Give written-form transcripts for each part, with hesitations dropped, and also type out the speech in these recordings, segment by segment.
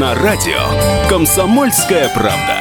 На радио «Комсомольская правда».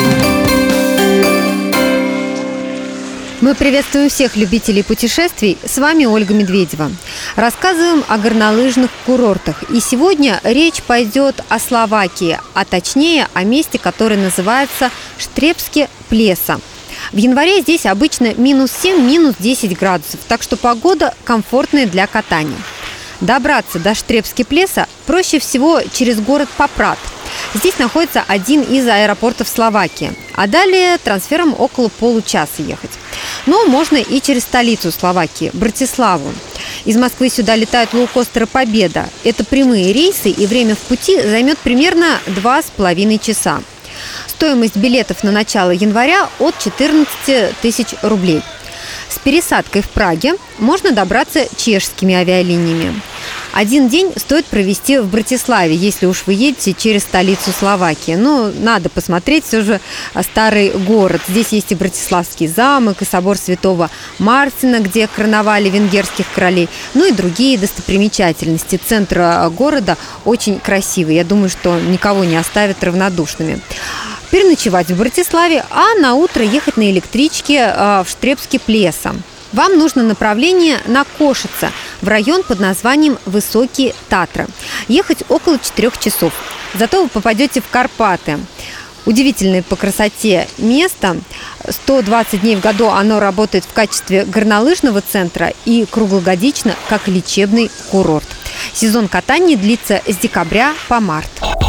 Мы приветствуем всех любителей путешествий. С вами Ольга Медведева. Рассказываем о горнолыжных курортах. И сегодня речь пойдет о Словакии, а точнее о месте, которое называется Штрепске Плеса. В январе здесь обычно -7, -10 градусов, так что погода комфортная для катания. Добраться до Штрепске Плеса проще всего через город Попрат. Здесь находится один из аэропортов Словакии, а далее трансфером около получаса ехать. Но можно и через столицу Словакии, Братиславу. Из Москвы сюда летают лоукостеры «Победа». Это прямые рейсы, и время в пути займет примерно 2,5 часа. Стоимость билетов на начало января от 14 тысяч рублей. С пересадкой в Праге можно добраться чешскими авиалиниями. Один день стоит провести в Братиславе, если уж вы едете через столицу Словакии. Надо посмотреть все же старый город. Здесь есть и Братиславский замок, и собор Святого Мартина, где короновали венгерских королей, и другие достопримечательности. Центр города очень красивый. Я думаю, что никого не оставят равнодушными. Переночевать в Братиславе, а на утро ехать на электричке в Штрепске Плеса. Вам нужно направление на Кошице, в район под названием Высокие Татры. Ехать около 4 часов. Зато вы попадете в Карпаты. Удивительное по красоте место. 120 дней в году оно работает в качестве горнолыжного центра и круглогодично как лечебный курорт. Сезон катания длится с декабря по март.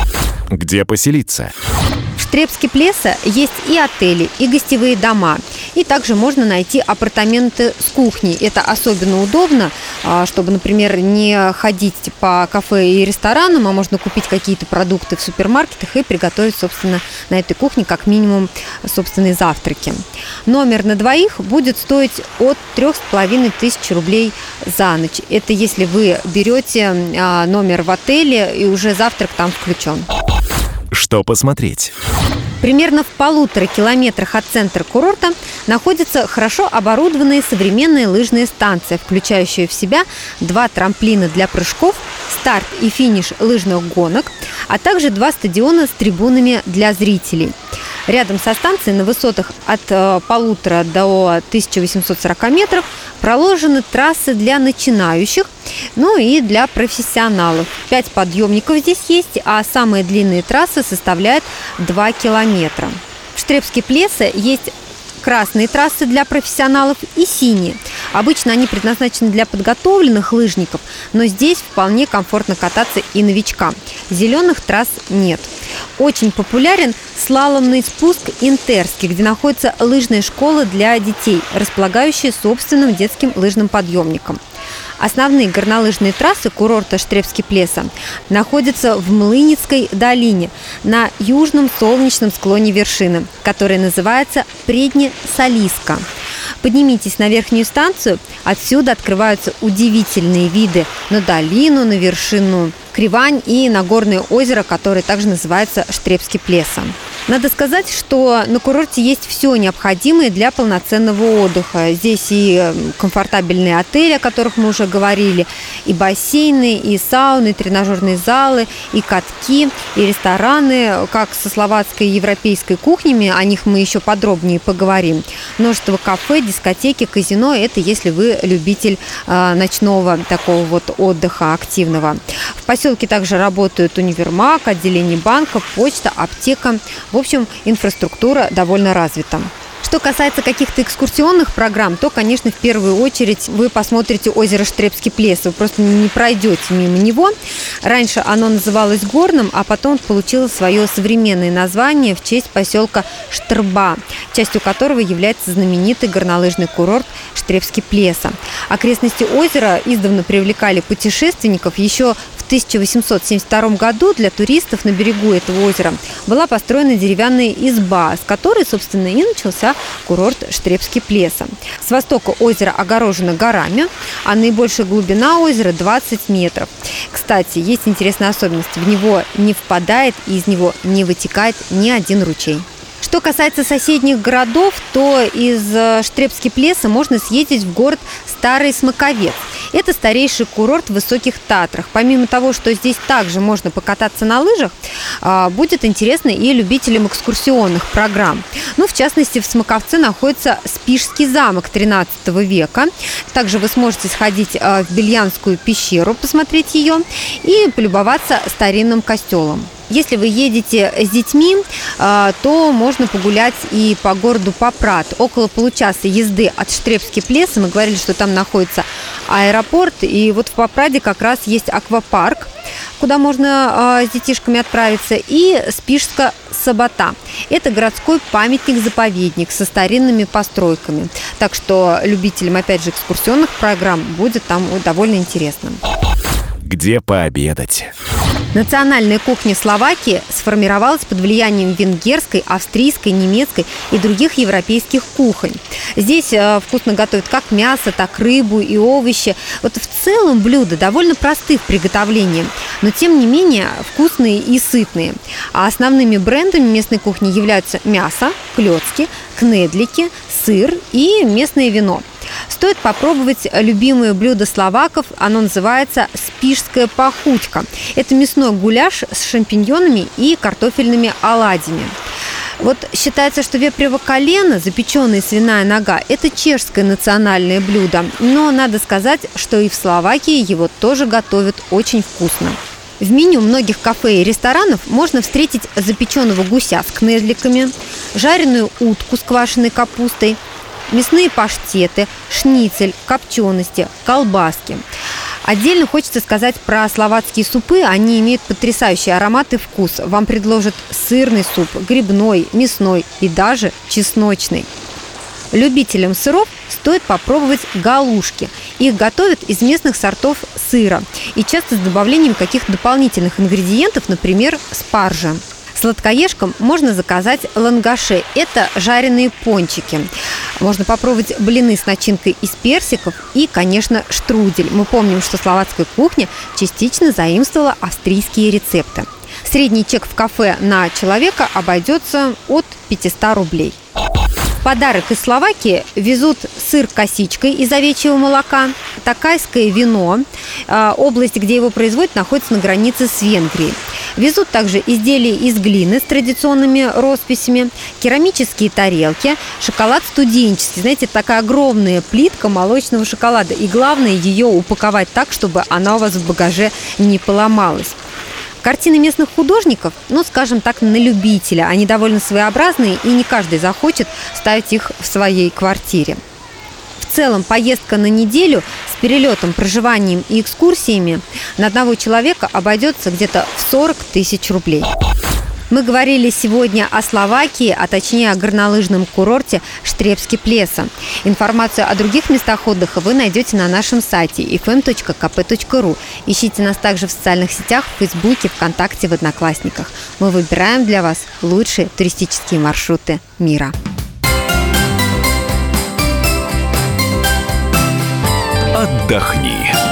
Где поселиться? В Штрепске Плеса есть и отели, и гостевые дома. И также можно найти апартаменты с кухней. Это особенно удобно, чтобы, например, не ходить по кафе и ресторанам, а можно купить какие-то продукты в супермаркетах и приготовить, собственно, на этой кухне как минимум собственные завтраки. Номер на двоих будет стоить от 3500 рублей за ночь. Это если вы берете номер в отеле и уже завтрак там включен. Что посмотреть? Примерно в 1,5 километрах от центра курорта находится хорошо оборудованная современная лыжная станция, включающая в себя 2 трамплина для прыжков, старт и финиш лыжных гонок, а также 2 стадиона с трибунами для зрителей. Рядом со станцией на высотах от 1500 до 1840 метров проложены трассы для начинающих, и для профессионалов. 5 подъемников здесь есть, а самая длинная трасса составляет 2 километра. В Штрепске Плеса есть красные трассы для профессионалов и синие. Обычно они предназначены для подготовленных лыжников, но здесь вполне комфортно кататься и новичкам. Зеленых трасс нет. Очень популярен слаломный спуск Интерский, где находится лыжная школа для детей, располагающая собственным детским лыжным подъемником. Основные горнолыжные трассы курорта Штрепске Плеса находятся в Млыницкой долине, на южном солнечном склоне вершины, которая называется Предне-Солиска. Поднимитесь на верхнюю станцию, отсюда открываются удивительные виды на долину, на вершину Кривань и на горное озеро, которое также называется Штрепске Плеса. Надо сказать, что на курорте есть все необходимое для полноценного отдыха. Здесь и комфортабельные отели, о которых мы уже говорили, и бассейны, и сауны, и тренажерные залы, и катки, и рестораны, как со словацкой и европейской кухнями, о них мы еще подробнее поговорим. Множество кафе, дискотеки, казино – это если вы любитель ночного такого вот отдыха активного. В поселке также работают универмаг, отделение банка, почта, аптека. В общем, инфраструктура довольно развита. Что касается каких-то экскурсионных программ, то, конечно, в первую очередь вы посмотрите озеро Штрепске Плеса. Вы просто не пройдете мимо него. Раньше оно называлось Горным, а потом получило свое современное название в честь поселка Штрба, частью которого является знаменитый горнолыжный курорт Штрепске Плеса. Окрестности озера издавна привлекали путешественников. Еще в 1872 году для туристов на берегу этого озера была построена деревянная изба, с которой, собственно, и начался курорт Штрепске Плеса. С востока озеро огорожено горами, а наибольшая глубина озера 20 метров. Кстати, есть интересная особенность. В него не впадает и из него не вытекает ни один ручей. Что касается соседних городов, то из Штрепске Плеса можно съездить в город Старый Смоковец. Это старейший курорт в Высоких Татрах. Помимо того, что здесь также можно покататься на лыжах, будет интересно и любителям экскурсионных программ. Ну, в частности, в Смоковце находится Спишский замок XIII века. Также вы сможете сходить в Бельянскую пещеру, посмотреть ее и полюбоваться старинным костелом. Если вы едете с детьми, то можно погулять и по городу Попрат. Около получаса езды от Штребски-Плеса. Мы говорили, что там находится аэропорт. И вот в Попраде как раз есть аквапарк, куда можно с детишками отправиться, и Спишска Собота. Это городской памятник-заповедник со старинными постройками. Так что любителям, опять же, экскурсионных программ будет там довольно интересно. Где пообедать? Национальная кухня Словакии сформировалась под влиянием венгерской, австрийской, немецкой и других европейских кухонь. Здесь вкусно готовят как мясо, так рыбу и овощи. Вот в целом блюда довольно просты в приготовлении, но тем не менее вкусные и сытные. А основными брендами местной кухни являются мясо, клёцки, кнедлики, сыр и местное вино. Стоит попробовать любимое блюдо словаков. Оно называется спишская пахутька. Это мясной гуляш с шампиньонами и картофельными оладьями. Вот считается, что вепрево колено, запеченная свиная нога, это чешское национальное блюдо. Но надо сказать, что и в Словакии его тоже готовят очень вкусно. В меню многих кафе и ресторанов можно встретить запеченного гуся с кнедликами, жареную утку с квашеной капустой, мясные паштеты, шницель, копчености, колбаски. Отдельно хочется сказать про словацкие супы. Они имеют потрясающий аромат и вкус. Вам предложат сырный суп, грибной, мясной и даже чесночный. Любителям сыров стоит попробовать галушки. Их готовят из местных сортов сыра и часто с добавлением каких-то дополнительных ингредиентов, например, спаржи. Сладкоежкам можно заказать лангаши. Это жареные пончики. Можно попробовать блины с начинкой из персиков и, конечно, штрудель. Мы помним, что словацкая кухня частично заимствовала австрийские рецепты. Средний чек в кафе на человека обойдется от 500 рублей. В подарок из Словакии везут сыр косичкой из овечьего молока, токайское вино. Область, где его производят, находится на границе с Венгрией. Везут также изделия из глины с традиционными росписями, керамические тарелки, шоколад студенческий. Знаете, такая огромная плитка молочного шоколада. И главное ее упаковать так, чтобы она у вас в багаже не поломалась. Картины местных художников, скажем так, на любителя. Они довольно своеобразные, и не каждый захочет ставить их в своей квартире. В целом, поездка на неделю с перелетом, проживанием и экскурсиями на одного человека обойдется где-то в 40 тысяч рублей. Мы говорили сегодня о Словакии, а точнее о горнолыжном курорте Штребски-Плеса. Информацию о других местах отдыха вы найдете на нашем сайте fm.kp.ru. Ищите нас также в социальных сетях, в Фейсбуке, ВКонтакте, в Одноклассниках. Мы выбираем для вас лучшие туристические маршруты мира. Отдохни.